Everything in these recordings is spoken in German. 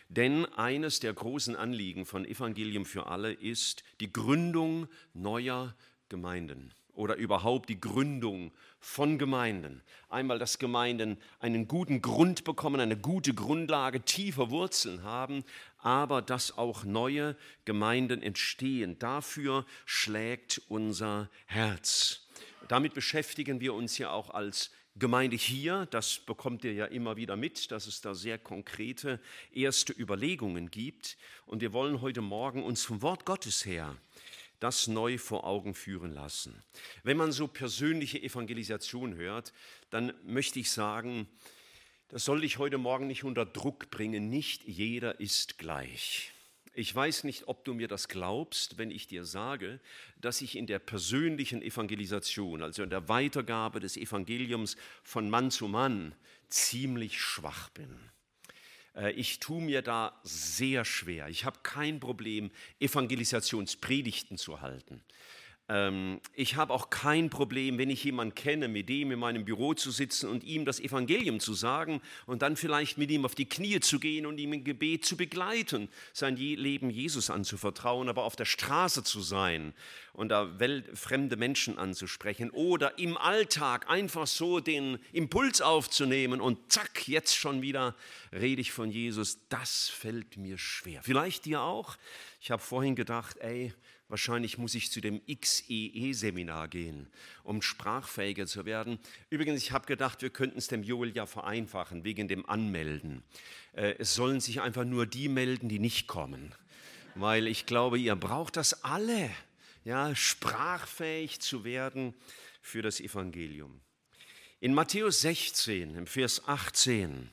Denn eines der großen Anliegen von Evangelium für alle ist die Gründung neuer Gemeinden oder überhaupt die Gründung von Gemeinden. Einmal, dass Gemeinden einen guten Grund bekommen, eine gute Grundlage, tiefe Wurzeln haben, aber dass auch neue Gemeinden entstehen. Dafür schlägt unser Herz. Damit beschäftigen wir uns ja auch als Gemeinde hier. Das bekommt ihr ja immer wieder mit, dass es da sehr konkrete erste Überlegungen gibt. Und wir wollen heute Morgen uns vom Wort Gottes her das neu vor Augen führen lassen. Wenn man so persönliche Evangelisation hört, dann möchte ich sagen, das soll dich heute Morgen nicht unter Druck bringen. Nicht jeder ist gleich. Ich weiß nicht, ob du mir das glaubst, wenn ich dir sage, dass ich in der persönlichen Evangelisation, also in der Weitergabe des Evangeliums von Mann zu Mann, ziemlich schwach bin. Ich tue mir da sehr schwer. Ich habe kein Problem, Evangelisationspredigten zu halten. Ich habe auch kein Problem, wenn ich jemanden kenne, mit dem in meinem Büro zu sitzen und ihm das Evangelium zu sagen und dann vielleicht mit ihm auf die Knie zu gehen und ihm im Gebet zu begleiten, sein Leben Jesus anzuvertrauen, aber auf der Straße zu sein und da fremde Menschen anzusprechen oder im Alltag einfach so den Impuls aufzunehmen und zack, jetzt schon wieder rede ich von Jesus. Das fällt mir schwer. Vielleicht dir auch. Ich habe vorhin gedacht, wahrscheinlich muss ich zu dem XEE-Seminar gehen, um sprachfähiger zu werden. Übrigens, ich habe gedacht, wir könnten es dem Joel ja vereinfachen, wegen dem Anmelden. Es sollen sich einfach nur die melden, die nicht kommen. Weil ich glaube, ihr braucht das alle, ja, sprachfähig zu werden für das Evangelium. In Matthäus 16, im Vers 18,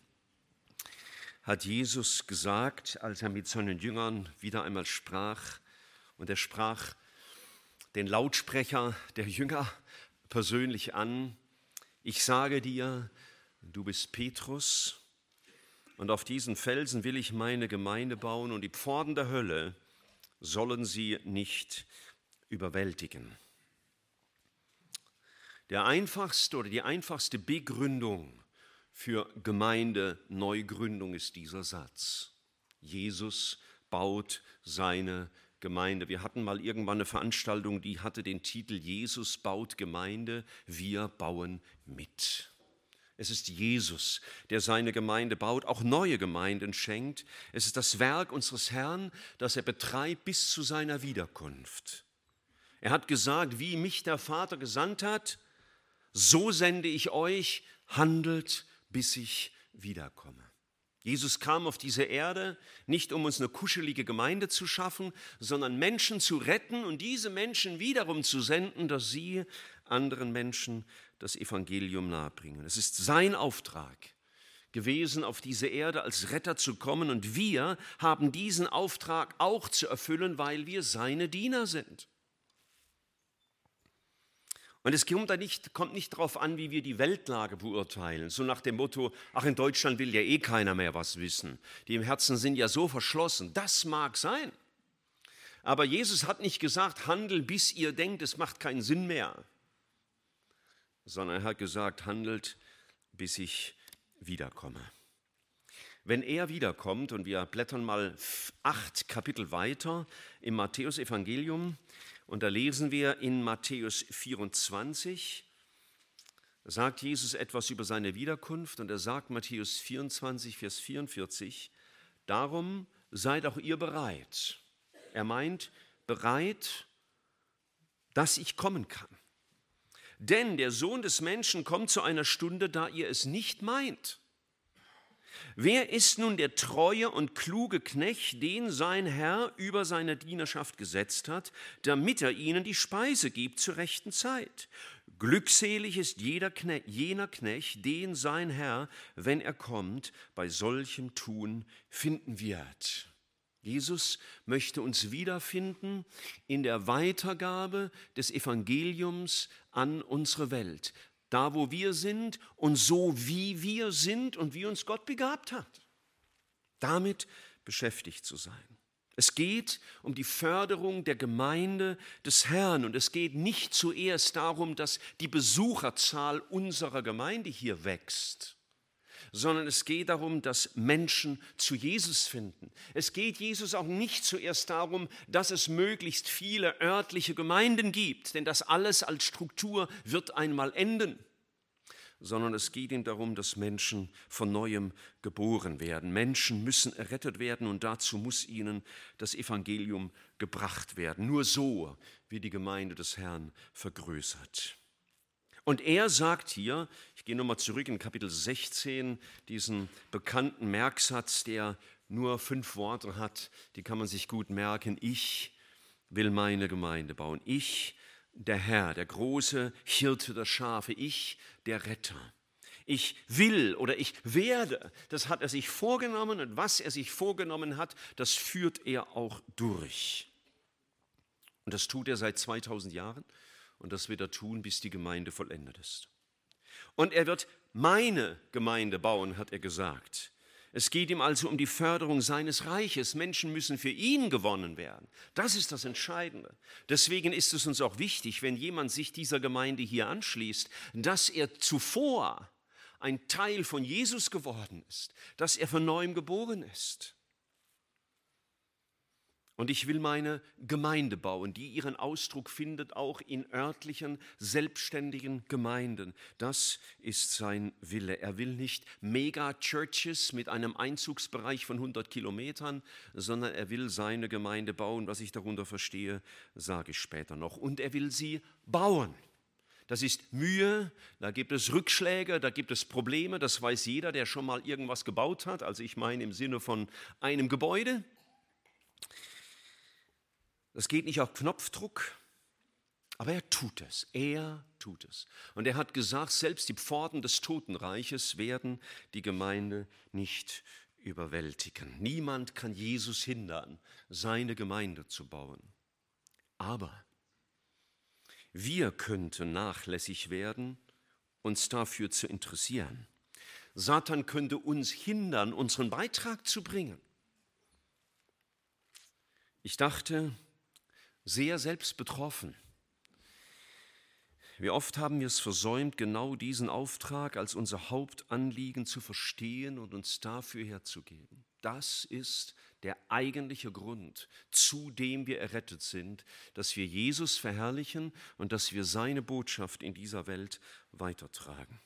hat Jesus gesagt, als er mit seinen Jüngern wieder einmal sprach, und er sprach den Lautsprecher der Jünger persönlich an: Ich sage dir, du bist Petrus, und auf diesen Felsen will ich meine Gemeinde bauen, und die Pforten der Hölle sollen sie nicht überwältigen. Die einfachste Begründung für Gemeindeneugründung ist dieser Satz: Jesus baut seine Gemeinde. Wir hatten mal irgendwann eine Veranstaltung, die hatte den Titel Jesus baut Gemeinde, wir bauen mit. Es ist Jesus, der seine Gemeinde baut, auch neue Gemeinden schenkt. Es ist das Werk unseres Herrn, das er betreibt bis zu seiner Wiederkunft. Er hat gesagt, wie mich der Vater gesandt hat, so sende ich euch, handelt, bis ich wiederkomme. Jesus kam auf diese Erde, nicht um uns eine kuschelige Gemeinde zu schaffen, sondern Menschen zu retten und diese Menschen wiederum zu senden, dass sie anderen Menschen das Evangelium nahebringen. Es ist sein Auftrag gewesen, auf diese Erde als Retter zu kommen, und wir haben diesen Auftrag auch zu erfüllen, weil wir seine Diener sind. Und es kommt nicht darauf an, wie wir die Weltlage beurteilen, so nach dem Motto, ach, in Deutschland will ja keiner mehr was wissen. Die im Herzen sind ja so verschlossen. Das mag sein. Aber Jesus hat nicht gesagt, handelt, bis ihr denkt, es macht keinen Sinn mehr. Sondern er hat gesagt, handelt, bis ich wiederkomme. Wenn er wiederkommt, und wir blättern mal 8 Kapitel weiter im Matthäus-Evangelium, und da lesen wir in Matthäus 24, da sagt Jesus etwas über seine Wiederkunft, und er sagt, Matthäus 24, Vers 44, darum seid auch ihr bereit. Er meint, bereit, dass ich kommen kann. Denn der Sohn des Menschen kommt zu einer Stunde, da ihr es nicht meint. Wer ist nun der treue und kluge Knecht, den sein Herr über seine Dienerschaft gesetzt hat, damit er ihnen die Speise gibt zur rechten Zeit? Glückselig ist jener Knecht, den sein Herr, wenn er kommt, bei solchem Tun finden wird. Jesus möchte uns wiederfinden in der Weitergabe des Evangeliums an unsere Welt. Da, wo wir sind und so, wie wir sind und wie uns Gott begabt hat. Damit beschäftigt zu sein. Es geht um die Förderung der Gemeinde des Herrn, und es geht nicht zuerst darum, dass die Besucherzahl unserer Gemeinde hier wächst, sondern es geht darum, dass Menschen zu Jesus finden. Es geht Jesus auch nicht zuerst darum, dass es möglichst viele örtliche Gemeinden gibt, denn das alles als Struktur wird einmal enden, sondern es geht ihm darum, dass Menschen von Neuem geboren werden. Menschen müssen errettet werden und dazu muss ihnen das Evangelium gebracht werden. Nur so wird die Gemeinde des Herrn vergrößert. Und er sagt hier, ich gehe nochmal zurück in Kapitel 16, diesen bekannten Merksatz, der nur 5 Worte hat, die kann man sich gut merken. Ich will meine Gemeinde bauen. Ich, der Herr, der große Hirte der Schafe. Ich, der Retter. Ich will oder ich werde, das hat er sich vorgenommen und was er sich vorgenommen hat, das führt er auch durch. Und das tut er seit 2000 Jahren. Und das wird er tun, bis die Gemeinde vollendet ist. Und er wird meine Gemeinde bauen, hat er gesagt. Es geht ihm also um die Förderung seines Reiches. Menschen müssen für ihn gewonnen werden. Das ist das Entscheidende. Deswegen ist es uns auch wichtig, wenn jemand sich dieser Gemeinde hier anschließt, dass er zuvor ein Teil von Jesus geworden ist, dass er von neuem geboren ist. Und ich will meine Gemeinde bauen, die ihren Ausdruck findet auch in örtlichen, selbstständigen Gemeinden. Das ist sein Wille. Er will nicht Mega-Churches mit einem Einzugsbereich von 100 Kilometern, sondern er will seine Gemeinde bauen. Was ich darunter verstehe, sage ich später noch. Und er will sie bauen. Das ist Mühe, da gibt es Rückschläge, da gibt es Probleme. Das weiß jeder, der schon mal irgendwas gebaut hat. Also ich meine im Sinne von einem Gebäude. Das geht nicht auf Knopfdruck, aber er tut es. Er tut es. Und er hat gesagt, selbst die Pforten des Totenreiches werden die Gemeinde nicht überwältigen. Niemand kann Jesus hindern, seine Gemeinde zu bauen. Aber wir könnten nachlässig werden, uns dafür zu interessieren. Satan könnte uns hindern, unseren Beitrag zu bringen. Ich dachte, sehr selbst betroffen. Wie oft haben wir es versäumt, genau diesen Auftrag als unser Hauptanliegen zu verstehen und uns dafür herzugeben. Das ist der eigentliche Grund, zu dem wir errettet sind, dass wir Jesus verherrlichen und dass wir seine Botschaft in dieser Welt weitertragen.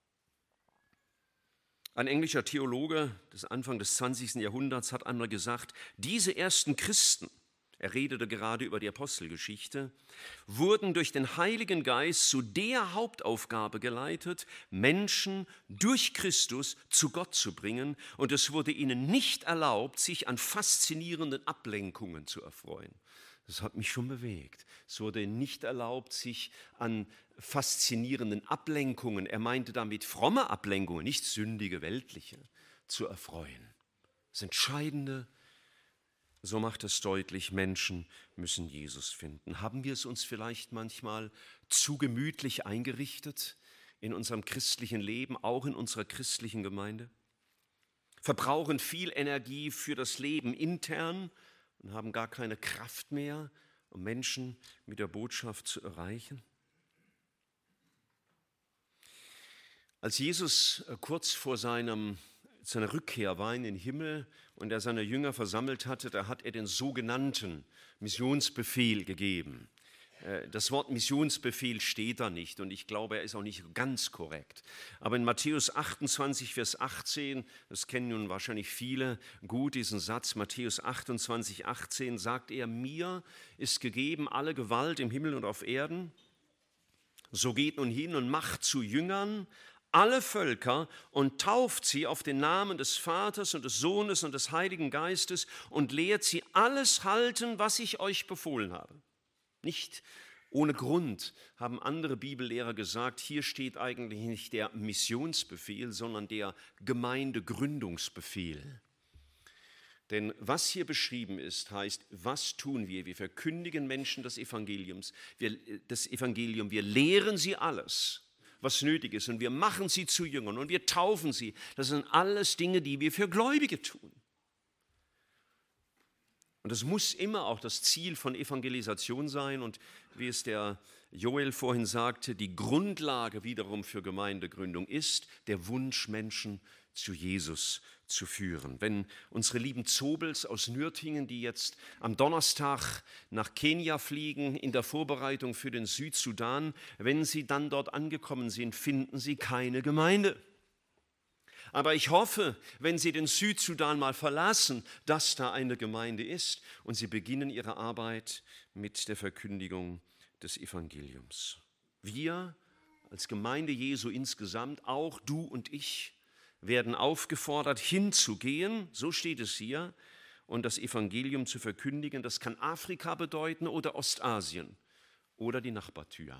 Ein englischer Theologe des Anfang des 20. Jahrhunderts hat einmal gesagt, diese ersten Christen, er redete gerade über die Apostelgeschichte, wurden durch den Heiligen Geist zu der Hauptaufgabe geleitet, Menschen durch Christus zu Gott zu bringen. Und es wurde ihnen nicht erlaubt, sich an faszinierenden Ablenkungen zu erfreuen. Das hat mich schon bewegt. Es wurde ihnen nicht erlaubt, sich an faszinierenden Ablenkungen, er meinte damit fromme Ablenkungen, nicht sündige, weltliche, zu erfreuen. Das Entscheidende, so macht es deutlich, Menschen müssen Jesus finden. Haben wir es uns vielleicht manchmal zu gemütlich eingerichtet in unserem christlichen Leben, auch in unserer christlichen Gemeinde? Verbrauchen viel Energie für das Leben intern und haben gar keine Kraft mehr, um Menschen mit der Botschaft zu erreichen? Als Jesus kurz vor seiner Rückkehr war in den Himmel und er seine Jünger versammelt hatte, da hat er den sogenannten Missionsbefehl gegeben. Das Wort Missionsbefehl steht da nicht und ich glaube, er ist auch nicht ganz korrekt. Aber in Matthäus 28, Vers 18, das kennen nun wahrscheinlich viele gut, diesen Satz, Matthäus 28, 18, sagt er, mir ist gegeben alle Gewalt im Himmel und auf Erden. So geht nun hin und macht zu Jüngern alle Völker und tauft sie auf den Namen des Vaters und des Sohnes und des Heiligen Geistes und lehrt sie alles halten, was ich euch befohlen habe. Nicht ohne Grund haben andere Bibellehrer gesagt, hier steht eigentlich nicht der Missionsbefehl, sondern der Gemeindegründungsbefehl. Denn was hier beschrieben ist, heißt, was tun wir? Wir verkündigen Menschen das Evangelium, wir lehren sie alles, was nötig ist, und wir machen sie zu Jüngern und wir taufen sie. Das sind alles Dinge, die wir für Gläubige tun. Und das muss immer auch das Ziel von Evangelisation sein. Und wie es der Joel vorhin sagte, die Grundlage wiederum für Gemeindegründung ist der Wunsch, Menschen zu Jesus zu führen. Wenn unsere lieben Zobels aus Nürtingen, die jetzt am Donnerstag nach Kenia fliegen, in der Vorbereitung für den Südsudan, wenn sie dann dort angekommen sind, finden sie keine Gemeinde. Aber ich hoffe, wenn sie den Südsudan mal verlassen, dass da eine Gemeinde ist und sie beginnen ihre Arbeit mit der Verkündigung des Evangeliums. Wir als Gemeinde Jesu insgesamt, auch du und ich, werden aufgefordert, hinzugehen, so steht es hier, und das Evangelium zu verkündigen. Das kann Afrika bedeuten oder Ostasien oder die Nachbartür.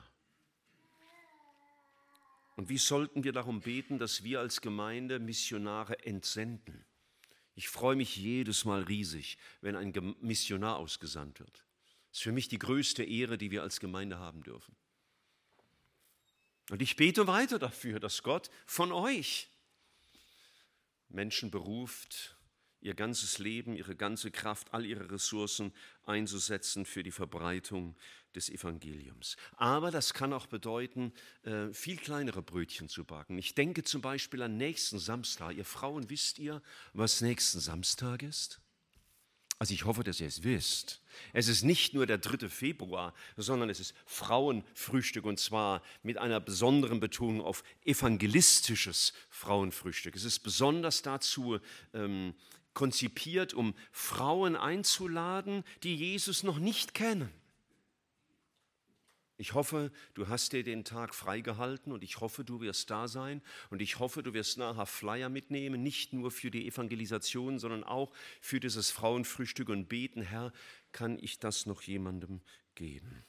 Und wie sollten wir darum beten, dass wir als Gemeinde Missionare entsenden? Ich freue mich jedes Mal riesig, wenn ein Missionar ausgesandt wird. Das ist für mich die größte Ehre, die wir als Gemeinde haben dürfen. Und ich bete weiter dafür, dass Gott von euch Menschen beruft, ihr ganzes Leben, ihre ganze Kraft, all ihre Ressourcen einzusetzen für die Verbreitung des Evangeliums. Aber das kann auch bedeuten, viel kleinere Brötchen zu backen. Ich denke zum Beispiel an nächsten Samstag. Ihr Frauen, wisst ihr, was nächsten Samstag ist? Also ich hoffe, dass ihr es wisst. Es ist nicht nur der 3. Februar, sondern es ist Frauenfrühstück, und zwar mit einer besonderen Betonung auf evangelistisches Frauenfrühstück. Es ist besonders dazu konzipiert, um Frauen einzuladen, die Jesus noch nicht kennen. Ich hoffe, du hast dir den Tag freigehalten und ich hoffe, du wirst da sein und ich hoffe, du wirst nachher Flyer mitnehmen, nicht nur für die Evangelisation, sondern auch für dieses Frauenfrühstück und beten, Herr, kann ich das noch jemandem geben?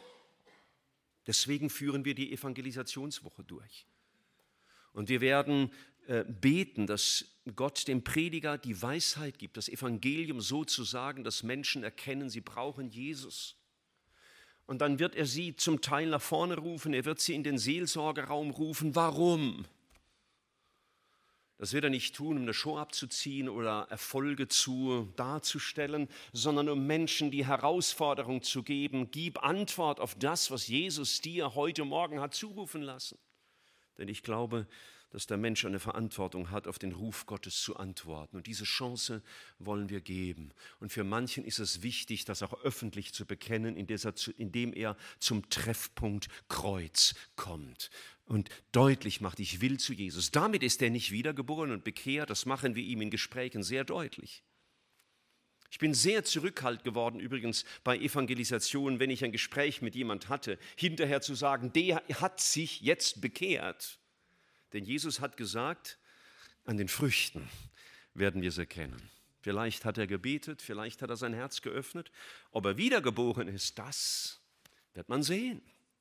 Deswegen führen wir die Evangelisationswoche durch. Und wir werden beten, dass Gott dem Prediger die Weisheit gibt, das Evangelium so zu sagen, dass Menschen erkennen, sie brauchen Jesus. Und dann wird er sie zum Teil nach vorne rufen, er wird sie in den Seelsorgeraum rufen. Warum? Das wird er nicht tun, um eine Show abzuziehen oder Erfolge darzustellen, sondern um Menschen die Herausforderung zu geben, gib Antwort auf das, was Jesus dir heute Morgen hat zurufen lassen. Denn ich glaube, dass der Mensch eine Verantwortung hat, auf den Ruf Gottes zu antworten. Und diese Chance wollen wir geben. Und für manchen ist es wichtig, das auch öffentlich zu bekennen, indem er zum Treffpunkt Kreuz kommt und deutlich macht, ich will zu Jesus. Damit ist er nicht wiedergeboren und bekehrt, das machen wir ihm in Gesprächen sehr deutlich. Ich bin sehr zurückhaltend geworden übrigens bei Evangelisation, wenn ich ein Gespräch mit jemand hatte, hinterher zu sagen, der hat sich jetzt bekehrt. Denn Jesus hat gesagt, an den Früchten werden wir es erkennen. Vielleicht hat er gebetet, vielleicht hat er sein Herz geöffnet. Ob er wiedergeboren ist, das wird man sehen.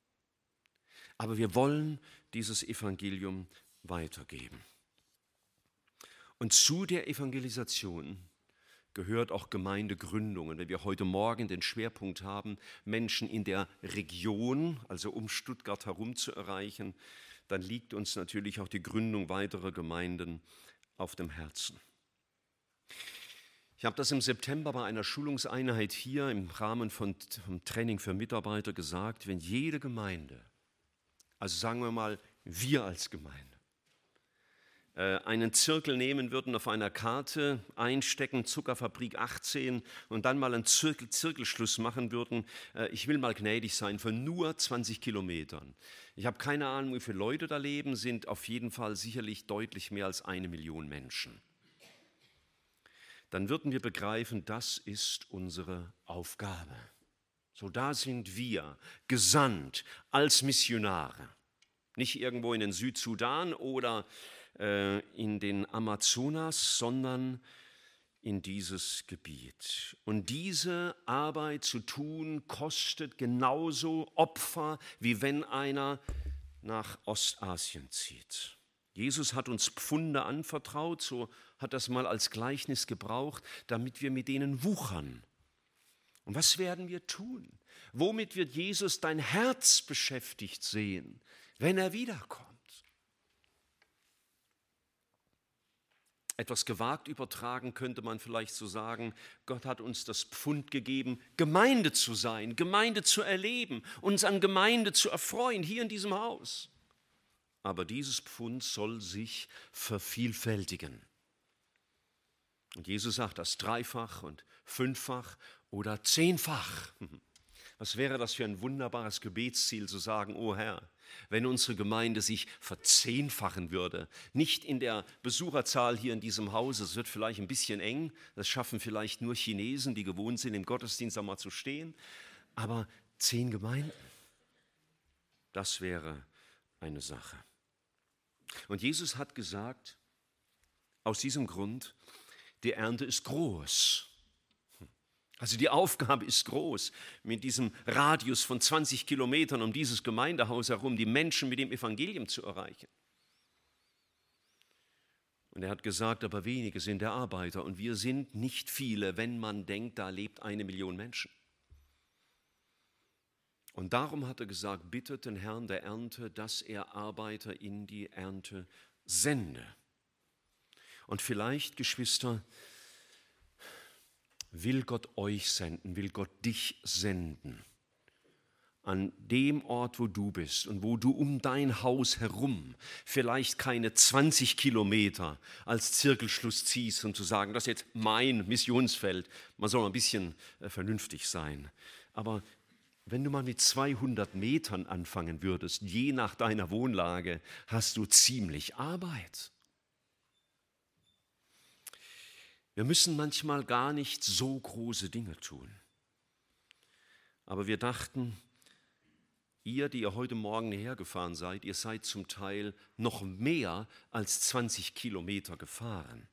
Aber wir wollen dieses Evangelium weitergeben. Und zu der Evangelisation gehört auch Gemeindegründung. Und wenn wir heute Morgen den Schwerpunkt haben, Menschen in der Region, also um Stuttgart herum zu erreichen, dann liegt uns natürlich auch die Gründung weiterer Gemeinden auf dem Herzen. Ich habe das im September bei einer Schulungseinheit hier im Rahmen vom Training für Mitarbeiter gesagt, wenn jede Gemeinde, also sagen wir mal wir als Gemeinde, einen Zirkel nehmen würden, auf einer Karte einstecken, Zuckerfabrik 18 und dann mal einen Zirkelschluss machen würden, ich will mal gnädig sein, von nur 20 Kilometern. Ich habe keine Ahnung, wie viele Leute da leben, sind auf jeden Fall sicherlich deutlich mehr als 1 Million Menschen. Dann würden wir begreifen, das ist unsere Aufgabe. So, da sind wir gesandt als Missionare. Nicht irgendwo in den Südsudan oder in den Amazonas, sondern in dieses Gebiet. Und diese Arbeit zu tun, kostet genauso Opfer, wie wenn einer nach Ostasien zieht. Jesus hat uns Pfunde anvertraut, so hat das mal als Gleichnis gebraucht, damit wir mit denen wuchern. Und was werden wir tun? Womit wird Jesus dein Herz beschäftigt sehen, wenn er wiederkommt? Etwas gewagt übertragen könnte man vielleicht so sagen, Gott hat uns das Pfund gegeben, Gemeinde zu sein, Gemeinde zu erleben, uns an Gemeinde zu erfreuen, hier in diesem Haus. aber dieses Pfund soll sich vervielfältigen. Und Jesus sagt das dreifach und fünffach oder zehnfach. Was wäre das für ein wunderbares Gebetsziel, zu sagen, oh Herr, wenn unsere Gemeinde sich verzehnfachen würde, nicht in der Besucherzahl hier in diesem Haus, es wird vielleicht ein bisschen eng, das schaffen vielleicht nur Chinesen, die gewohnt sind, im Gottesdienst einmal zu stehen, aber 10 Gemeinden, das wäre eine Sache. Und Jesus hat gesagt, aus diesem Grund, die Ernte ist groß. Also die Aufgabe ist groß, mit diesem Radius von 20 Kilometern um dieses Gemeindehaus herum die Menschen mit dem Evangelium zu erreichen. Und er hat gesagt, aber wenige sind der Arbeiter und wir sind nicht viele, wenn man denkt, da lebt 1 Million Menschen. Und darum hat er gesagt, bittet den Herrn der Ernte, dass er Arbeiter in die Ernte sende. Und vielleicht, Geschwister, will Gott euch senden, will Gott dich senden, an dem Ort, wo du bist und wo du um dein Haus herum vielleicht keine 20 Kilometer als Zirkelschluss ziehst und zu sagen, das ist jetzt mein Missionsfeld. Man soll ein bisschen vernünftig sein. Aber wenn du mal mit 200 Metern anfangen würdest, je nach deiner Wohnlage, hast du ziemlich Arbeit. Wir müssen manchmal gar nicht so große Dinge tun. Aber wir dachten, ihr, die ihr heute Morgen hierher gefahren seid, ihr seid zum Teil noch mehr als 20 Kilometer gefahren.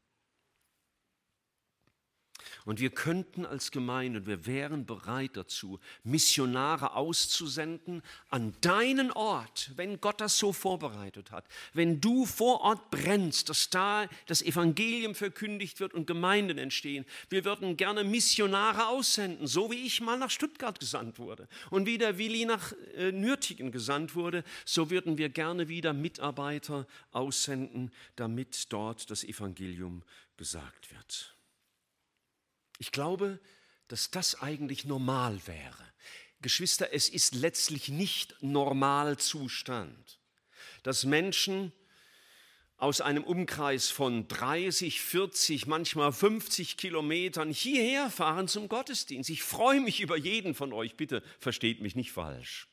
Und wir könnten als Gemeinde, wir wären bereit dazu, Missionare auszusenden an deinen Ort, wenn Gott das so vorbereitet hat. Wenn du vor Ort brennst, dass da das Evangelium verkündigt wird und Gemeinden entstehen. Wir würden gerne Missionare aussenden, so wie ich mal nach Stuttgart gesandt wurde und wie der Willi nach Nürtingen gesandt wurde, so würden wir gerne wieder Mitarbeiter aussenden, damit dort das Evangelium gesagt wird. Ich glaube, dass das eigentlich normal wäre. Geschwister, es ist letztlich nicht Normalzustand, dass Menschen aus einem Umkreis von 30, 40, manchmal 50 Kilometern hierher fahren zum Gottesdienst. Ich freue mich über jeden von euch, bitte versteht mich nicht falsch.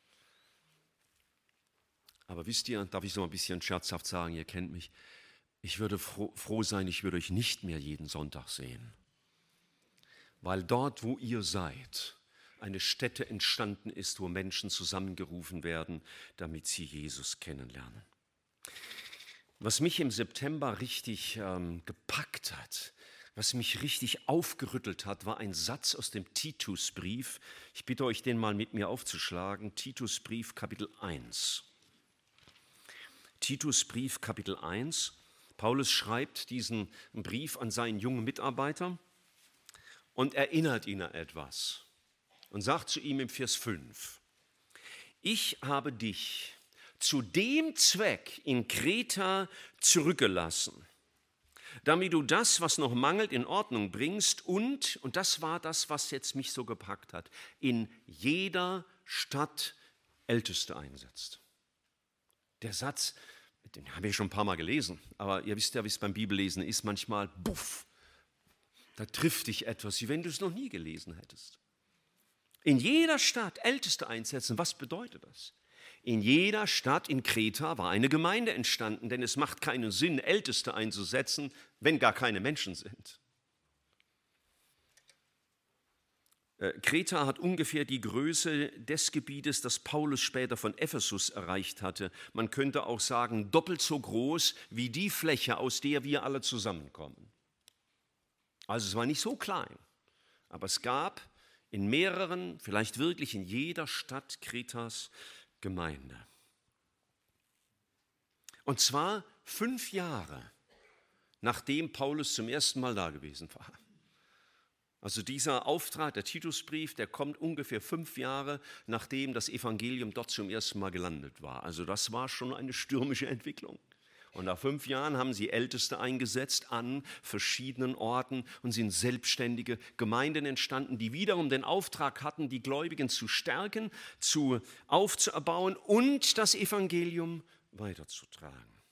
Aber wisst ihr, darf ich so ein bisschen scherzhaft sagen, ihr kennt mich, ich würde froh sein, ich würde euch nicht mehr jeden Sonntag sehen. Weil dort, wo ihr seid, eine Stätte entstanden ist, wo Menschen zusammengerufen werden, damit sie Jesus kennenlernen. Was mich im September richtig gepackt hat, was mich richtig aufgerüttelt hat, war ein Satz aus dem Titusbrief. Ich bitte euch, den mal mit mir aufzuschlagen. Titusbrief, Kapitel 1. Titusbrief, Kapitel 1. Paulus schreibt diesen Brief an seinen jungen Mitarbeiter und erinnert ihn an etwas und sagt zu ihm im Vers 5, ich habe dich zu dem Zweck in Kreta zurückgelassen, damit du das, was noch mangelt, in Ordnung bringst und das war das, was jetzt mich so gepackt hat, in jeder Stadt Älteste einsetzt. Der Satz, den habe ich schon ein paar Mal gelesen, aber ihr wisst ja, wie es beim Bibellesen ist, manchmal, buff, da trifft dich etwas, wie wenn du es noch nie gelesen hättest. In jeder Stadt Älteste einsetzen, was bedeutet das? In jeder Stadt in Kreta war eine Gemeinde entstanden, denn es macht keinen Sinn, Älteste einzusetzen, wenn gar keine Menschen sind. Kreta hat ungefähr die Größe des Gebietes, das Paulus später von Ephesus erreicht hatte. Man könnte auch sagen, doppelt so groß wie die Fläche, aus der wir alle zusammenkommen. Also es war nicht so klein, aber es gab in mehreren, vielleicht wirklich in jeder Stadt Kretas Gemeinde. Und zwar 5 Jahre, nachdem Paulus zum ersten Mal da gewesen war. Also dieser Auftrag, der Titusbrief, der kommt ungefähr 5 Jahre, nachdem das Evangelium dort zum ersten Mal gelandet war. Also das war schon eine stürmische Entwicklung. Und nach 5 Jahren haben sie Älteste eingesetzt an verschiedenen Orten und sind selbstständige Gemeinden entstanden, die wiederum den Auftrag hatten, die Gläubigen zu stärken, aufzubauen und das Evangelium weiterzutragen.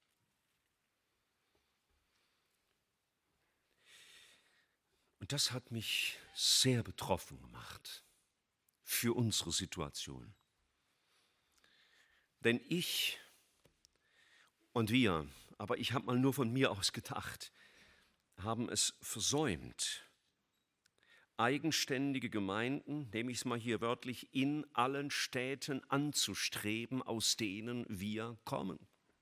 Und das hat mich sehr betroffen gemacht für unsere Situation. Denn ich und wir, aber ich habe mal nur von mir aus gedacht, haben es versäumt, eigenständige Gemeinden, nehme ich es mal hier wörtlich, in allen Städten anzustreben, aus denen wir kommen.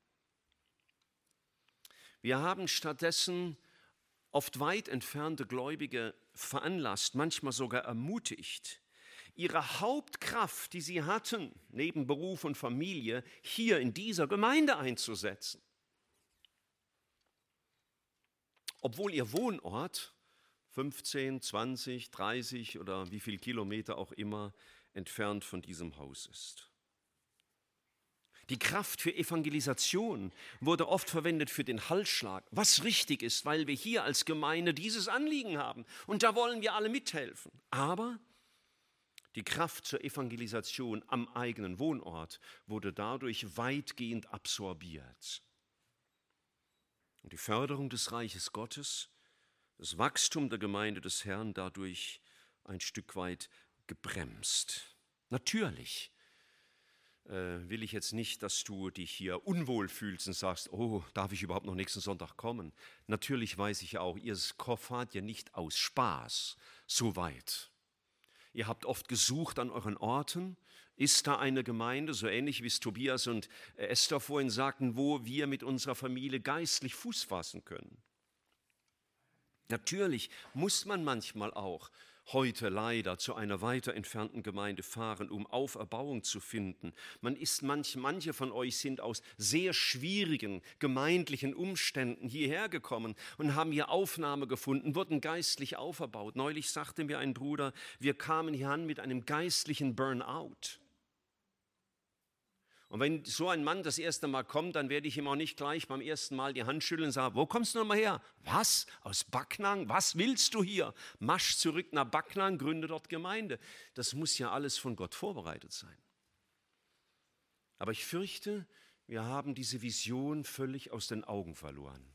Wir haben stattdessen oft weit entfernte Gläubige veranlasst, manchmal sogar ermutigt, ihre Hauptkraft, die sie hatten, neben Beruf und Familie, hier in dieser Gemeinde einzusetzen. Obwohl ihr Wohnort 15, 20, 30 oder wie viele Kilometer auch immer entfernt von diesem Haus ist. Die Kraft für Evangelisation wurde oft verwendet für den Halsschlag, was richtig ist, weil wir hier als Gemeinde dieses Anliegen haben und da wollen wir alle mithelfen. Aber die Kraft zur Evangelisation am eigenen Wohnort wurde dadurch weitgehend absorbiert. Und die Förderung des Reiches Gottes, das Wachstum der Gemeinde des Herrn dadurch ein Stück weit gebremst. Natürlich will ich jetzt nicht, dass du dich hier unwohl fühlst und sagst, oh, darf ich überhaupt noch nächsten Sonntag kommen? Natürlich weiß ich ja auch, ihr fahrt ja nicht aus Spaß so weit. Ihr habt oft gesucht an euren Orten. Ist da eine Gemeinde, so ähnlich wie es Tobias und Esther vorhin sagten, wo wir mit unserer Familie geistlich Fuß fassen können? Natürlich muss man manchmal auch heute leider zu einer weiter entfernten Gemeinde fahren, um Auferbauung zu finden. Manche von euch sind aus sehr schwierigen gemeindlichen Umständen hierher gekommen und haben hier Aufnahme gefunden, wurden geistlich auferbaut. Neulich sagte mir ein Bruder, wir kamen hier an mit einem geistlichen Burnout. Und wenn so ein Mann das erste Mal kommt, dann werde ich ihm auch nicht gleich beim ersten Mal die Hand schütteln und sagen, wo kommst du nochmal her? Was? Aus Backnang? Was willst du hier? Marsch zurück nach Backnang, gründe dort Gemeinde. Das muss ja alles von Gott vorbereitet sein. Aber ich fürchte, wir haben diese Vision völlig aus den Augen verloren.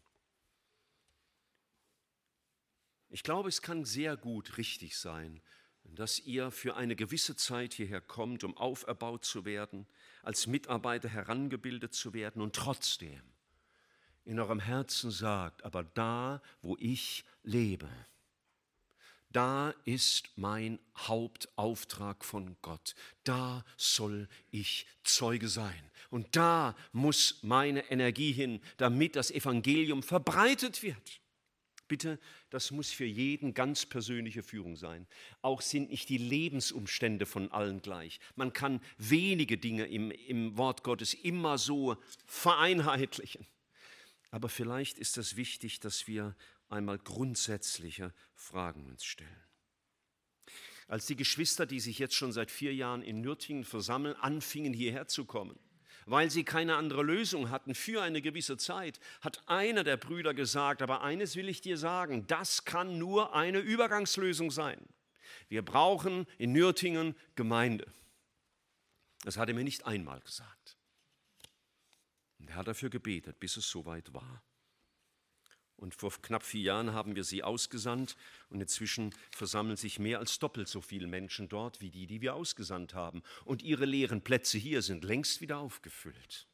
Ich glaube, es kann sehr gut richtig sein, dass ihr für eine gewisse Zeit hierher kommt, um auferbaut zu werden, als Mitarbeiter herangebildet zu werden und trotzdem in eurem Herzen sagt, aber da, wo ich lebe, da ist mein Hauptauftrag von Gott. Da soll ich Zeuge sein. Und da muss meine Energie hin, damit das Evangelium verbreitet wird. Bitte, das muss für jeden ganz persönliche Führung sein. Auch sind nicht die Lebensumstände von allen gleich. Man kann wenige Dinge im Wort Gottes immer so vereinheitlichen. Aber vielleicht ist es wichtig, dass wir einmal grundsätzliche Fragen uns stellen. Als die Geschwister, die sich jetzt schon seit 4 Jahren in Nürtingen versammeln, anfingen hierher zu kommen, weil sie keine andere Lösung hatten für eine gewisse Zeit, hat einer der Brüder gesagt, aber eines will ich dir sagen, das kann nur eine Übergangslösung sein. Wir brauchen in Nürtingen Gemeinde. Das hat er mir nicht einmal gesagt. Und er hat dafür gebetet, bis es soweit war. Und vor knapp 4 Jahren haben wir sie ausgesandt und inzwischen versammeln sich mehr als doppelt so viele Menschen dort wie die wir ausgesandt haben. Und ihre leeren Plätze hier sind längst wieder aufgefüllt.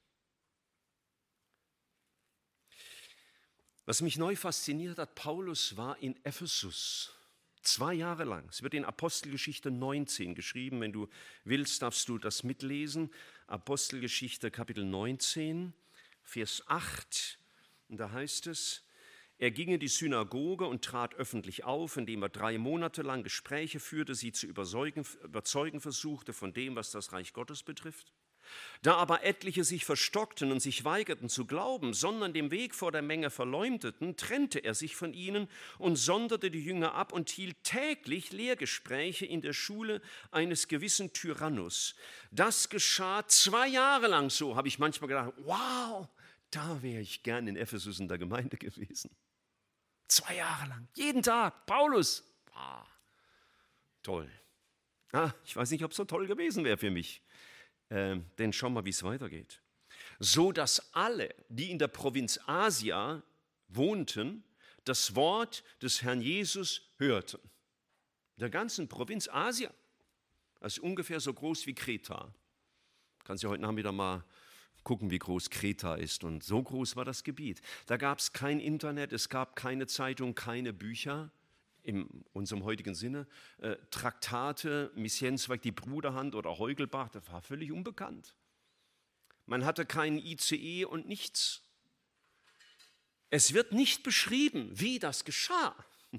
Was mich neu fasziniert hat, Paulus war in Ephesus 2 Jahre lang. Es wird in Apostelgeschichte 19 geschrieben. Wenn du willst, darfst du das mitlesen. Apostelgeschichte Kapitel 19, Vers 8. Und da heißt es, er ging in die Synagoge und trat öffentlich auf, indem er 3 Monate lang Gespräche führte, sie zu überzeugen versuchte von dem, was das Reich Gottes betrifft. Da aber etliche sich verstockten und sich weigerten zu glauben, sondern den Weg vor der Menge verleumdeten, trennte er sich von ihnen und sonderte die Jünger ab und hielt täglich Lehrgespräche in der Schule eines gewissen Tyrannus. Das geschah 2 Jahre lang so, habe ich manchmal gedacht, wow, da wäre ich gern in Ephesus in der Gemeinde gewesen. 2 Jahre lang, jeden Tag, Paulus. Ah, toll. Ich weiß nicht, ob es so toll gewesen wäre für mich. Denn schau mal, wie es weitergeht. so dass alle, die in der Provinz Asia wohnten, das Wort des Herrn Jesus hörten. In der ganzen Provinz Asia, das ist ungefähr so groß wie Kreta. Kannst du heute Nachmittag mal gucken, wie groß Kreta ist. Und so groß war das Gebiet. Da gab es kein Internet, es gab keine Zeitung, keine Bücher in unserem heutigen Sinne. Traktate, Missionswerk, die Bruderhand oder Heugelbach, das war völlig unbekannt. Man hatte keinen ICE und nichts. Es wird nicht beschrieben, wie das geschah.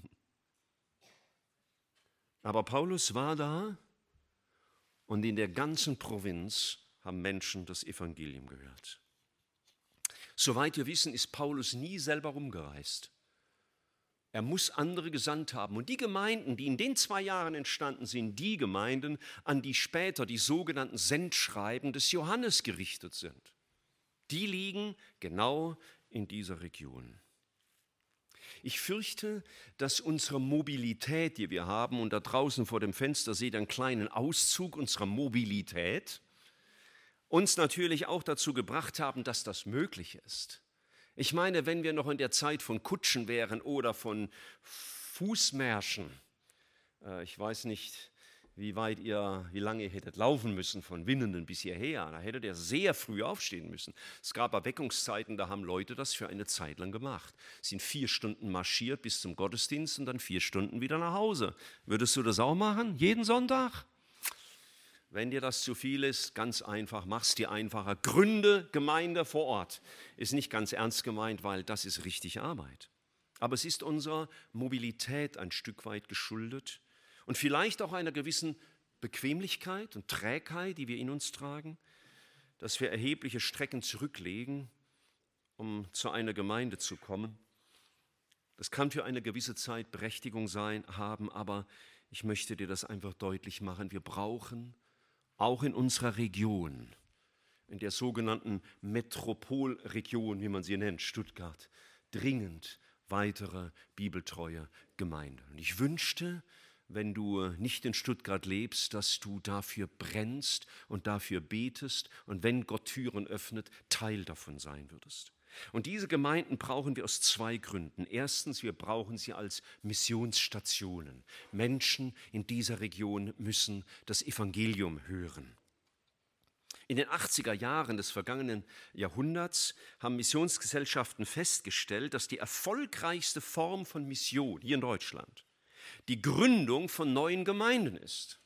Aber Paulus war da und in der ganzen Provinz haben Menschen das Evangelium gehört. Soweit wir wissen, ist Paulus nie selber rumgereist. Er muss andere gesandt haben. Und die Gemeinden, die in den 2 Jahren entstanden sind, die Gemeinden, an die später die sogenannten Sendschreiben des Johannes gerichtet sind, die liegen genau in dieser Region. Ich fürchte, dass unsere Mobilität, die wir haben, und da draußen vor dem Fenster seht ihr einen kleinen Auszug unserer Mobilität, uns natürlich auch dazu gebracht haben, dass das möglich ist. Ich meine, wenn wir noch in der Zeit von Kutschen wären oder von Fußmärschen, ich weiß nicht, wie lange ihr hättet laufen müssen von Winnenden bis hierher, da hättet ihr sehr früh aufstehen müssen. Es gab Erweckungszeiten, da haben Leute das für eine Zeit lang gemacht. Sind 4 Stunden marschiert bis zum Gottesdienst und dann 4 Stunden wieder nach Hause. Würdest du das auch machen, jeden Sonntag? Wenn dir das zu viel ist, ganz einfach, mach's dir einfacher. Gründe Gemeinde vor Ort. Ist nicht ganz ernst gemeint, weil das ist richtig Arbeit. Aber es ist unserer Mobilität ein Stück weit geschuldet und vielleicht auch einer gewissen Bequemlichkeit und Trägheit, die wir in uns tragen, dass wir erhebliche Strecken zurücklegen, um zu einer Gemeinde zu kommen. Das kann für eine gewisse Zeit Berechtigung haben, aber ich möchte dir das einfach deutlich machen. Wir brauchen auch in unserer Region, in der sogenannten Metropolregion, wie man sie nennt, Stuttgart, dringend weitere bibeltreue Gemeinden. Und ich wünschte, wenn du nicht in Stuttgart lebst, dass du dafür brennst und dafür betest und wenn Gott Türen öffnet, Teil davon sein würdest. Und diese Gemeinden brauchen wir aus 2 Gründen. Erstens, wir brauchen sie als Missionsstationen. Menschen in dieser Region müssen das Evangelium hören. In den 80er Jahren des vergangenen Jahrhunderts haben Missionsgesellschaften festgestellt, dass die erfolgreichste Form von Mission hier in Deutschland die Gründung von neuen Gemeinden ist.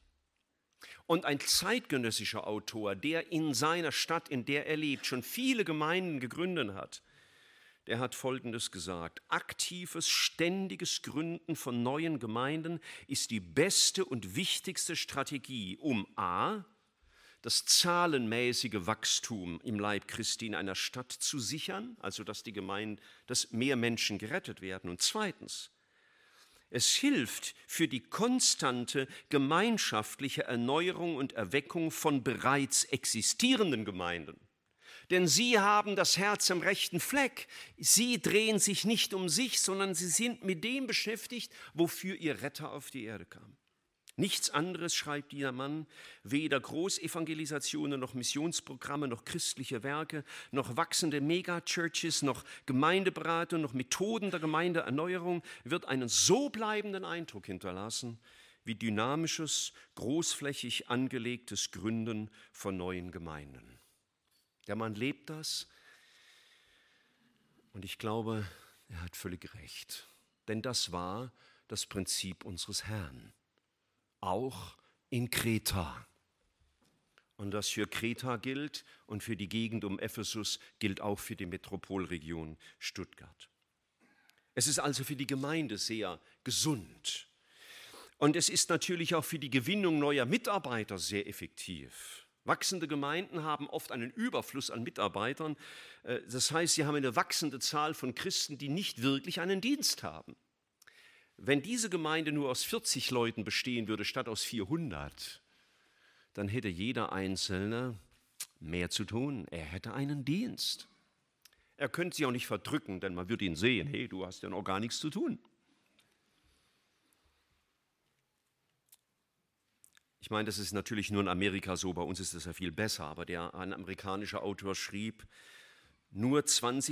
Und ein zeitgenössischer Autor, der in seiner Stadt, in der er lebt, schon viele Gemeinden gegründet hat, der hat Folgendes gesagt: Aktives, ständiges Gründen von neuen Gemeinden ist die beste und wichtigste Strategie, um a. das zahlenmäßige Wachstum im Leib Christi in einer Stadt zu sichern, also dass mehr Menschen gerettet werden, und zweitens, es hilft für die konstante gemeinschaftliche Erneuerung und Erweckung von bereits existierenden Gemeinden. Denn sie haben das Herz am rechten Fleck. Sie drehen sich nicht um sich, sondern sie sind mit dem beschäftigt, wofür ihr Retter auf die Erde kam. Nichts anderes, schreibt dieser Mann, weder Großevangelisationen noch Missionsprogramme noch christliche Werke, noch wachsende Megachurches, noch Gemeindeberatung, noch Methoden der Gemeindeerneuerung wird einen so bleibenden Eindruck hinterlassen wie dynamisches, großflächig angelegtes Gründen von neuen Gemeinden. Der Mann lebt das und ich glaube, er hat völlig recht, denn das war das Prinzip unseres Herrn. Auch in Kreta. Und das für Kreta gilt und für die Gegend um Ephesus gilt auch für die Metropolregion Stuttgart. Es ist also für die Gemeinde sehr gesund. Und es ist natürlich auch für die Gewinnung neuer Mitarbeiter sehr effektiv. Wachsende Gemeinden haben oft einen Überfluss an Mitarbeitern. Das heißt, sie haben eine wachsende Zahl von Christen, die nicht wirklich einen Dienst haben. Wenn diese Gemeinde nur aus 40 Leuten bestehen würde, statt aus 400, dann hätte jeder Einzelne mehr zu tun. Er hätte einen Dienst. Er könnte sich auch nicht verdrücken, denn man würde ihn sehen, hey, du hast ja noch gar nichts zu tun. Ich meine, das ist natürlich nur in Amerika so, bei uns ist das ja viel besser, aber ein amerikanischer Autor schrieb, nur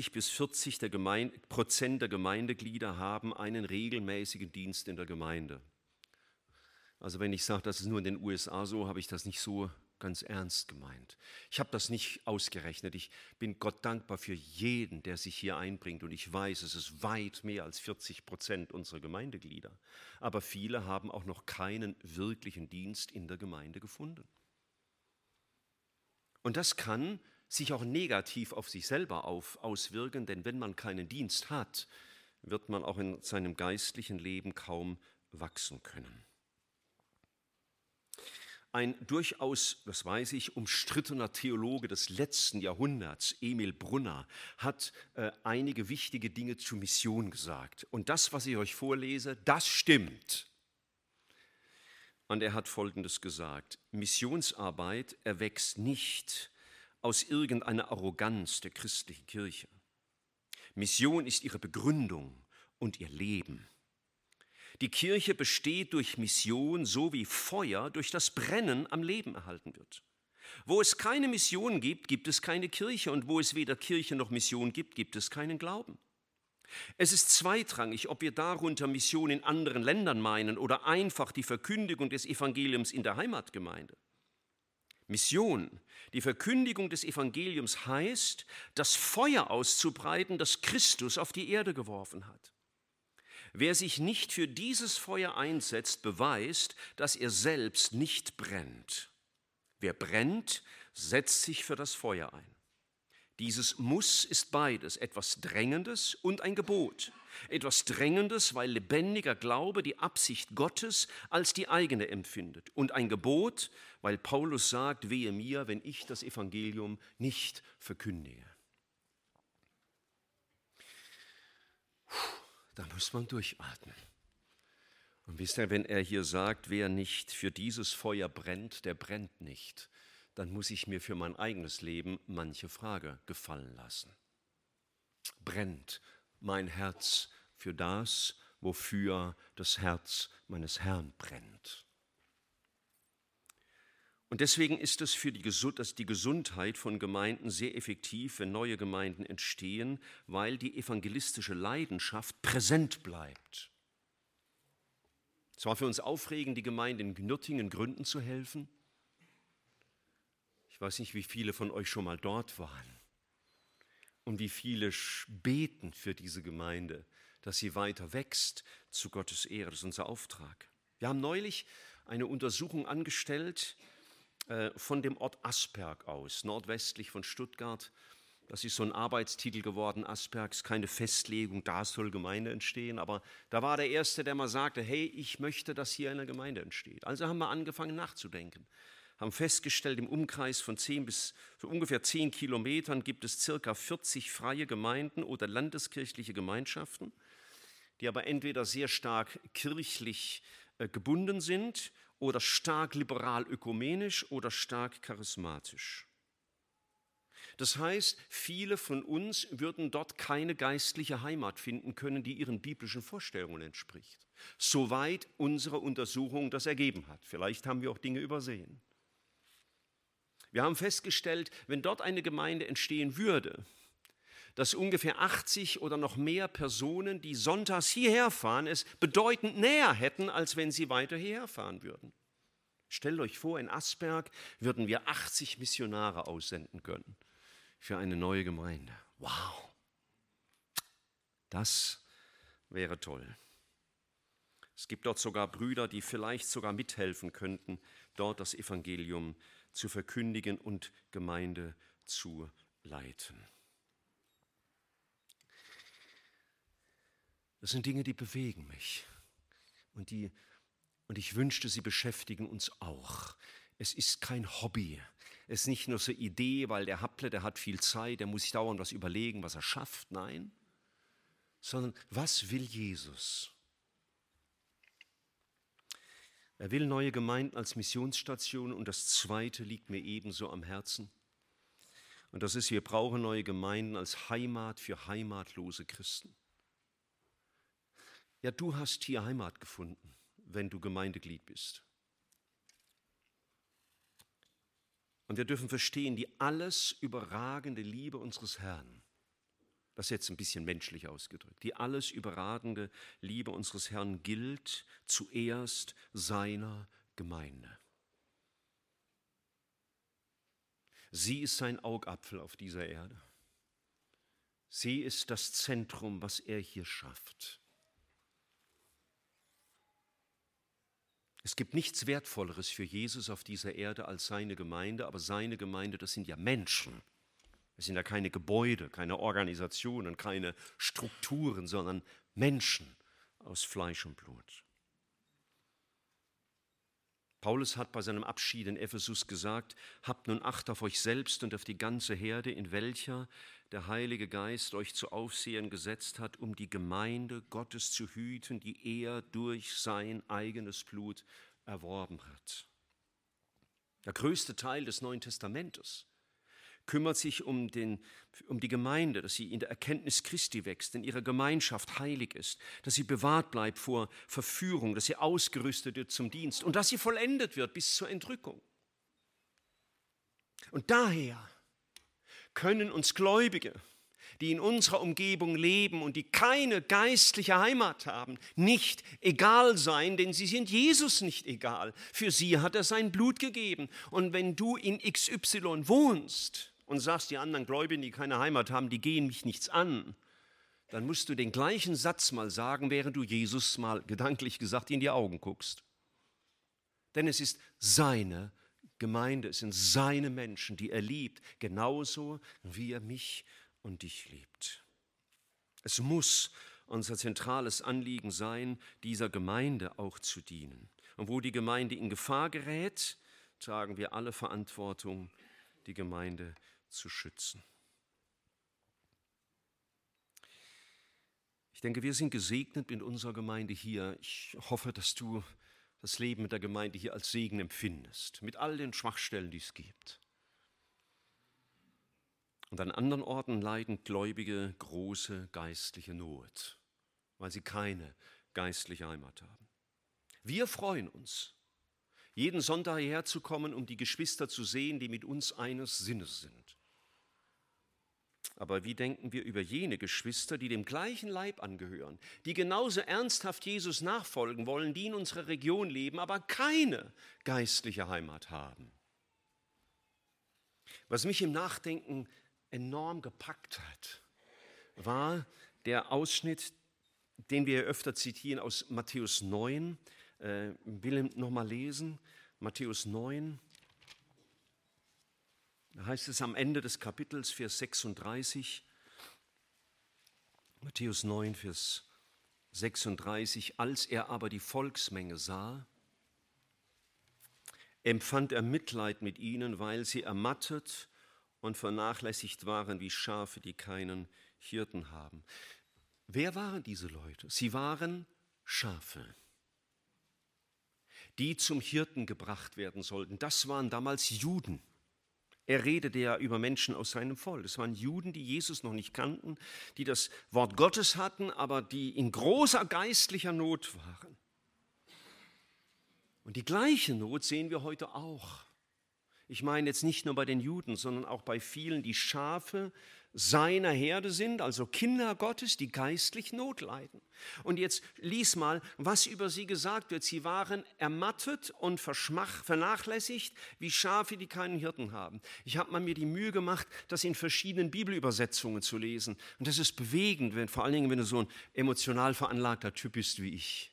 20-40% der Gemeindeglieder haben einen regelmäßigen Dienst in der Gemeinde. Also wenn ich sage, das ist nur in den USA so, habe ich das nicht so ganz ernst gemeint. Ich habe das nicht ausgerechnet. Ich bin Gott dankbar für jeden, der sich hier einbringt. Und ich weiß, es ist weit mehr als 40% unserer Gemeindeglieder. Aber viele haben auch noch keinen wirklichen Dienst in der Gemeinde gefunden. Und das kann sich auch negativ auf sich selber auswirken, denn wenn man keinen Dienst hat, wird man auch in seinem geistlichen Leben kaum wachsen können. Ein durchaus, das weiß ich, umstrittener Theologe des letzten Jahrhunderts, Emil Brunner, hat einige wichtige Dinge zur Mission gesagt. Und das, was ich euch vorlese, das stimmt. Und er hat Folgendes gesagt: Missionsarbeit erwächst nicht aus irgendeiner Arroganz der christlichen Kirche. Mission ist ihre Begründung und ihr Leben. Die Kirche besteht durch Mission, so wie Feuer durch das Brennen am Leben erhalten wird. Wo es keine Mission gibt, gibt es keine Kirche, und wo es weder Kirche noch Mission gibt, gibt es keinen Glauben. Es ist zweitrangig, ob wir darunter Mission in anderen Ländern meinen oder einfach die Verkündigung des Evangeliums in der Heimatgemeinde. Mission, die Verkündigung des Evangeliums heißt, das Feuer auszubreiten, das Christus auf die Erde geworfen hat. Wer sich nicht für dieses Feuer einsetzt, beweist, dass er selbst nicht brennt. Wer brennt, setzt sich für das Feuer ein. Dieses Muss ist beides, etwas Drängendes und ein Gebot. Etwas Drängendes, weil lebendiger Glaube die Absicht Gottes als die eigene empfindet. Und ein Gebot, weil Paulus sagt, wehe mir, wenn ich das Evangelium nicht verkündige. Da muss man durchatmen. Und wisst ihr, wenn er hier sagt, wer nicht für dieses Feuer brennt, der brennt nicht, dann muss ich mir für mein eigenes Leben manche Frage gefallen lassen. Brennt mein Herz für das, wofür das Herz meines Herrn brennt? Und deswegen ist es für die Gesundheit von Gemeinden sehr effektiv, wenn neue Gemeinden entstehen, weil die evangelistische Leidenschaft präsent bleibt. Es war für uns aufregend, die Gemeinde in Gnürtingen gründen zu helfen. Ich weiß nicht, wie viele von euch schon mal dort waren und wie viele beten für diese Gemeinde, dass sie weiter wächst zu Gottes Ehre. Das ist unser Auftrag. Wir haben neulich eine Untersuchung angestellt von dem Ort Asperg aus, nordwestlich von Stuttgart. Das ist so ein Arbeitstitel geworden, Asperg, ist keine Festlegung, da soll Gemeinde entstehen. Aber da war der Erste, der mal sagte, hey, ich möchte, dass hier eine Gemeinde entsteht. Also haben wir angefangen nachzudenken. Haben festgestellt, im Umkreis von 10 bis so ungefähr 10 Kilometern gibt es circa 40 freie Gemeinden oder landeskirchliche Gemeinschaften, die aber entweder sehr stark kirchlich gebunden sind oder stark liberal-ökumenisch oder stark charismatisch. Das heißt, viele von uns würden dort keine geistliche Heimat finden können, die ihren biblischen Vorstellungen entspricht. Soweit unsere Untersuchung das ergeben hat. Vielleicht haben wir auch Dinge übersehen. Wir haben festgestellt, wenn dort eine Gemeinde entstehen würde, dass ungefähr 80 oder noch mehr Personen, die sonntags hierher fahren, es bedeutend näher hätten, als wenn sie weiter hierher fahren würden. Stellt euch vor, in Asperg würden wir 80 Missionare aussenden können für eine neue Gemeinde. Wow, das wäre toll. Es gibt dort sogar Brüder, die vielleicht sogar mithelfen könnten, dort das Evangelium zu verkündigen und Gemeinde zu leiten. Das sind Dinge, die bewegen mich und ich wünschte, sie beschäftigen uns auch. Es ist kein Hobby, es ist nicht nur so eine Idee, weil der Happle, der hat viel Zeit, der muss sich dauernd was überlegen, was er schafft, nein, sondern was will Jesus? Er will neue Gemeinden als Missionsstation und das Zweite liegt mir ebenso am Herzen. Und das ist, wir brauchen neue Gemeinden als Heimat für heimatlose Christen. Ja, du hast hier Heimat gefunden, wenn du Gemeindeglied bist. Und wir dürfen verstehen, die alles überragende Liebe unseres Herrn, das ist jetzt ein bisschen menschlich ausgedrückt, die alles überragende Liebe unseres Herrn gilt zuerst seiner Gemeinde. Sie ist sein Augapfel auf dieser Erde. Sie ist das Zentrum, was er hier schafft. Es gibt nichts Wertvolleres für Jesus auf dieser Erde als seine Gemeinde, aber seine Gemeinde, das sind ja Menschen. Es sind ja keine Gebäude, keine Organisationen, keine Strukturen, sondern Menschen aus Fleisch und Blut. Paulus hat bei seinem Abschied in Ephesus gesagt, habt nun Acht auf euch selbst und auf die ganze Herde, in welcher der Heilige Geist euch zu Aufsehern gesetzt hat, um die Gemeinde Gottes zu hüten, die er durch sein eigenes Blut erworben hat. Der größte Teil des Neuen Testamentes kümmert sich um die Gemeinde, dass sie in der Erkenntnis Christi wächst, in ihrer Gemeinschaft heilig ist, dass sie bewahrt bleibt vor Verführung, dass sie ausgerüstet wird zum Dienst und dass sie vollendet wird bis zur Entrückung. Und daher können uns Gläubige, die in unserer Umgebung leben und die keine geistliche Heimat haben, nicht egal sein, denn sie sind Jesus nicht egal. Für sie hat er sein Blut gegeben. Und wenn du in XY wohnst und sagst, die anderen Gläubigen, die keine Heimat haben, die gehen mich nichts an, dann musst du den gleichen Satz mal sagen, während du Jesus mal gedanklich gesagt in die Augen guckst. Denn es ist seine Gemeinde, es sind seine Menschen, die er liebt, genauso wie er mich und dich liebt. Es muss unser zentrales Anliegen sein, dieser Gemeinde auch zu dienen. Und wo die Gemeinde in Gefahr gerät, tragen wir alle Verantwortung, die Gemeinde zu schützen. Ich denke, wir sind gesegnet mit unserer Gemeinde hier. Ich hoffe, dass du das Leben mit der Gemeinde hier als Segen empfindest, mit all den Schwachstellen, die es gibt. Und an anderen Orten leiden Gläubige große geistliche Not, weil sie keine geistliche Heimat haben. Wir freuen uns, jeden Sonntag hierher zu kommen, um die Geschwister zu sehen, die mit uns eines Sinnes sind. Aber wie denken wir über jene Geschwister, die dem gleichen Leib angehören, die genauso ernsthaft Jesus nachfolgen wollen, die in unserer Region leben, aber keine geistliche Heimat haben? Was mich im Nachdenken enorm gepackt hat, war der Ausschnitt, den wir öfter zitieren aus Matthäus 9. Will ihn nochmal lesen. Matthäus 9. Da heißt es am Ende des Kapitels, Vers 36. Matthäus 9, Vers 36. Als er aber die Volksmenge sah, empfand er Mitleid mit ihnen, weil sie ermattet und vernachlässigt waren wie Schafe, die keinen Hirten haben. Wer waren diese Leute? Sie waren Schafe, die zum Hirten gebracht werden sollten. Das waren damals Juden. Er redete ja über Menschen aus seinem Volk. Das waren Juden, die Jesus noch nicht kannten, die das Wort Gottes hatten, aber die in großer geistlicher Not waren. Und die gleiche Not sehen wir heute auch. Ich meine jetzt nicht nur bei den Juden, sondern auch bei vielen, die Schafe seiner Herde sind, also Kinder Gottes, die geistlich Not leiden. Und jetzt lies mal, was über sie gesagt wird. Sie waren ermattet und vernachlässigt, wie Schafe, die keinen Hirten haben. Ich habe mir die Mühe gemacht, das in verschiedenen Bibelübersetzungen zu lesen. Und das ist bewegend, vor allen Dingen, wenn du so ein emotional veranlagter Typ bist wie ich.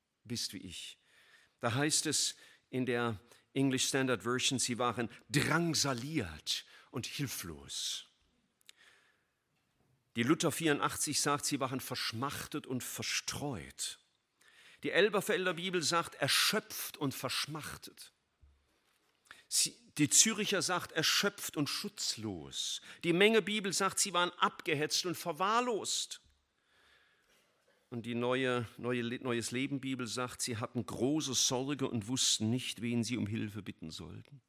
Da heißt es in der English Standard Version, sie waren drangsaliert und hilflos. Die Luther 84 sagt, sie waren verschmachtet und verstreut. Die Elberfelder Bibel sagt, erschöpft und verschmachtet. Die Züricher sagt, erschöpft und schutzlos. Die Menge Bibel sagt, sie waren abgehetzt und verwahrlost. Und die Neues Leben Bibel sagt, sie hatten große Sorge und wussten nicht, wen sie um Hilfe bitten sollten.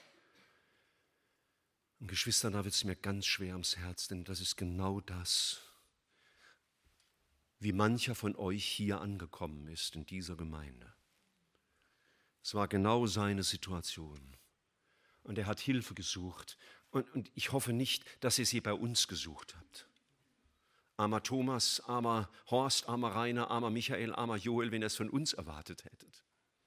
Und Geschwister, da wird es mir ganz schwer ums Herz, denn das ist genau das, wie mancher von euch hier angekommen ist in dieser Gemeinde. Es war genau seine Situation. und er hat Hilfe gesucht. Und ich hoffe nicht, dass ihr sie bei uns gesucht habt. Armer Thomas, armer Horst, armer Rainer, armer Michael, armer Joel, wenn ihr es von uns erwartet hättet.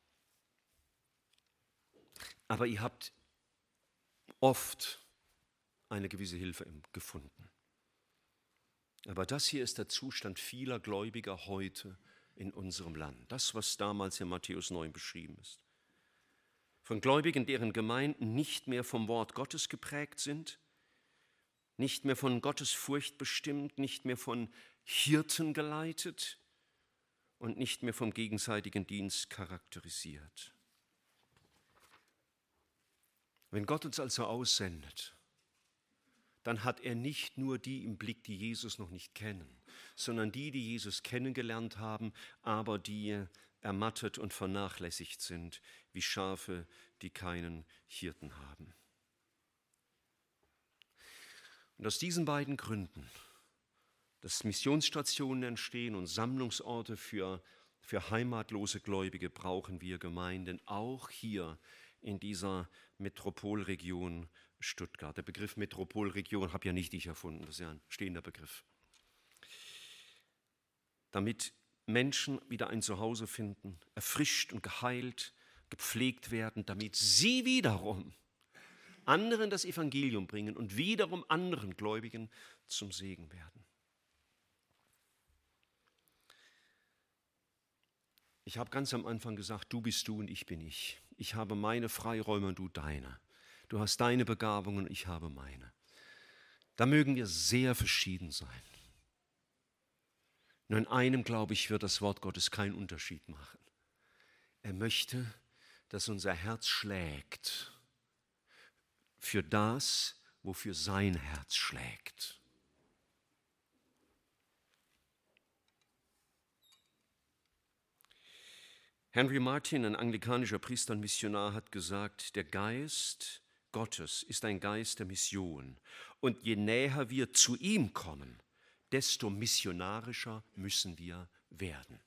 Aber ihr habt oft eine gewisse Hilfe gefunden. Aber das hier ist der Zustand vieler Gläubiger heute in unserem Land. Das, was damals in Matthäus 9 beschrieben ist. Von Gläubigen, deren Gemeinden nicht mehr vom Wort Gottes geprägt sind, nicht mehr von Gottes Furcht bestimmt, nicht mehr von Hirten geleitet und nicht mehr vom gegenseitigen Dienst charakterisiert. Wenn Gott uns also aussendet, dann hat er nicht nur die im Blick, die Jesus noch nicht kennen, sondern die Jesus kennengelernt haben, aber die ermattet und vernachlässigt sind, wie Schafe, die keinen Hirten haben. Und aus diesen beiden Gründen, dass Missionsstationen entstehen und Sammlungsorte für heimatlose Gläubige, brauchen wir Gemeinden, auch hier in dieser Metropolregion Stuttgart. Der Begriff Metropolregion habe ja nicht ich erfunden, das ist ja ein stehender Begriff. Damit Menschen wieder ein Zuhause finden, erfrischt und geheilt, gepflegt werden, damit sie wiederum anderen das Evangelium bringen und wiederum anderen Gläubigen zum Segen werden. Ich habe ganz am Anfang gesagt, du bist du und ich bin ich. Ich habe meine Freiräume und du deine. Du hast deine Begabungen und ich habe meine. Da mögen wir sehr verschieden sein. Nur in einem, glaube ich, wird das Wort Gottes keinen Unterschied machen. Er möchte, dass unser Herz schlägt für das, wofür sein Herz schlägt. Henry Martin, ein anglikanischer Priester und Missionar, hat gesagt, der Geist Gottes ist ein Geist der Mission. Und je näher wir zu ihm kommen, desto missionarischer müssen wir werden.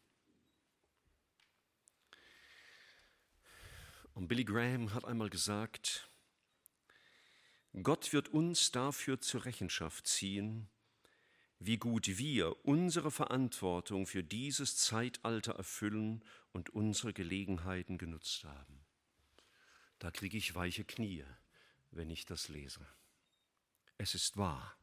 Und Billy Graham hat einmal gesagt, Gott wird uns dafür zur Rechenschaft ziehen, wie gut wir unsere Verantwortung für dieses Zeitalter erfüllen und unsere Gelegenheiten genutzt haben. Da kriege ich weiche Knie, wenn ich das lese. Es ist wahr.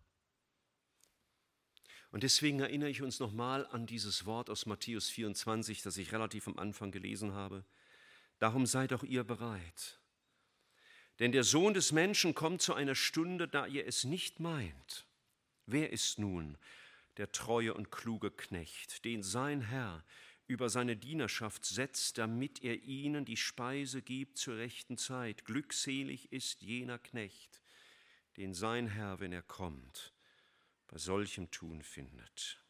Und deswegen erinnere ich uns nochmal an dieses Wort aus Matthäus 24, das ich relativ am Anfang gelesen habe. Darum seid auch ihr bereit. Denn der Sohn des Menschen kommt zu einer Stunde, da ihr es nicht meint. Wer ist nun der treue und kluge Knecht, den sein Herr über seine Dienerschaft setzt, damit er ihnen die Speise gibt zur rechten Zeit? Glückselig ist jener Knecht, den sein Herr, wenn er kommt, bei solchem Tun findet.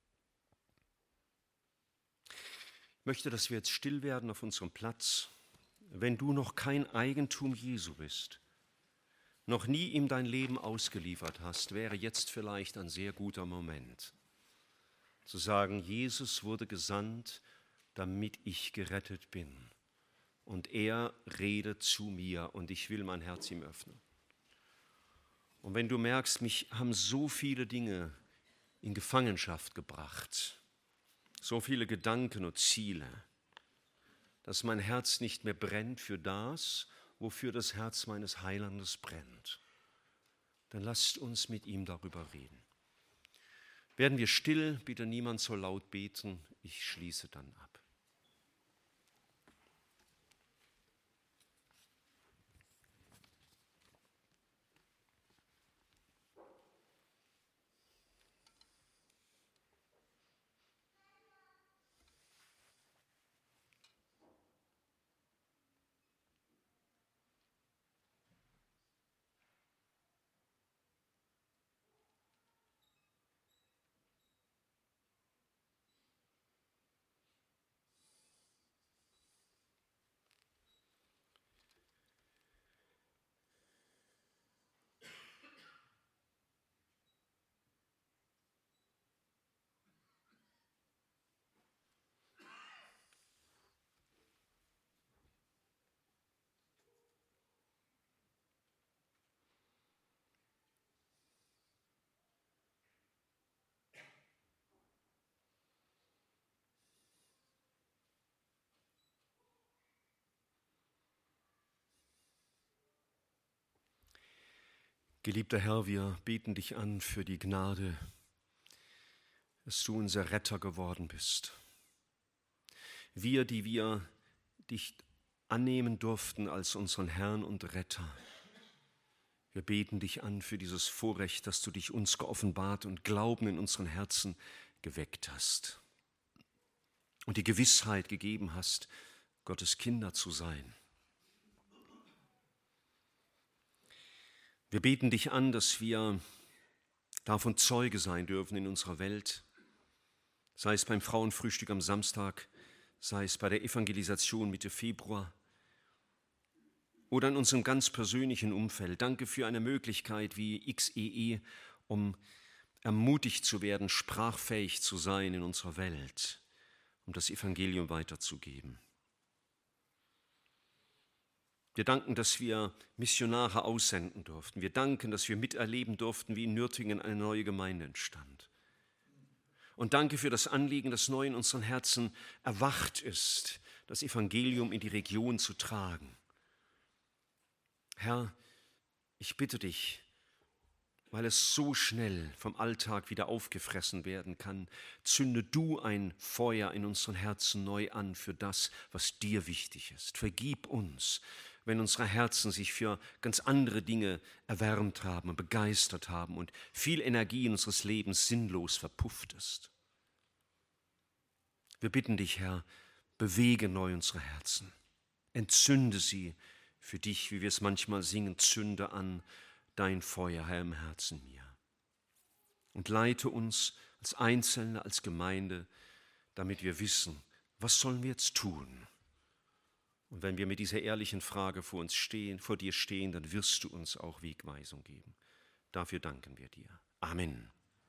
Ich möchte, dass wir jetzt still werden auf unserem Platz. Wenn du noch kein Eigentum Jesu bist, noch nie ihm dein Leben ausgeliefert hast, wäre jetzt vielleicht ein sehr guter Moment, zu sagen, Jesus wurde gesandt, damit ich gerettet bin. Und er redet zu mir und ich will mein Herz ihm öffnen. Und wenn du merkst, mich haben so viele Dinge in Gefangenschaft gebracht, so viele Gedanken und Ziele, dass mein Herz nicht mehr brennt für das, wofür das Herz meines Heilandes brennt, dann lasst uns mit ihm darüber reden. Werden wir still, bitte niemand soll laut beten, ich schließe dann ab. Geliebter Herr, wir beten dich an für die Gnade, dass du unser Retter geworden bist. Wir, die wir dich annehmen durften als unseren Herrn und Retter, wir beten dich an für dieses Vorrecht, dass du dich uns geoffenbart und Glauben in unseren Herzen geweckt hast und die Gewissheit gegeben hast, Gottes Kinder zu sein. Wir beten dich an, dass wir davon Zeuge sein dürfen in unserer Welt, sei es beim Frauenfrühstück am Samstag, sei es bei der Evangelisation Mitte Februar oder in unserem ganz persönlichen Umfeld. Danke für eine Möglichkeit wie XEE, um ermutigt zu werden, sprachfähig zu sein in unserer Welt, um das Evangelium weiterzugeben. Wir danken, dass wir Missionare aussenden durften. Wir danken, dass wir miterleben durften, wie in Nürtingen eine neue Gemeinde entstand. Und danke für das Anliegen, das neu in unseren Herzen erwacht ist, das Evangelium in die Region zu tragen. Herr, ich bitte dich, weil es so schnell vom Alltag wieder aufgefressen werden kann, zünde du ein Feuer in unseren Herzen neu an für das, was dir wichtig ist. Vergib uns, wenn unsere Herzen sich für ganz andere Dinge erwärmt haben und begeistert haben und viel Energie unseres Lebens sinnlos verpufft ist. Wir bitten dich, Herr, bewege neu unsere Herzen, entzünde sie für dich, wie wir es manchmal singen, zünde an dein Feuer, Herr, im Herzen mir. Und leite uns als Einzelne, als Gemeinde, damit wir wissen, was sollen wir jetzt tun? Und wenn wir mit dieser ehrlichen Frage vor dir stehen, dann wirst du uns auch Wegweisung geben. Dafür danken wir dir. Amen.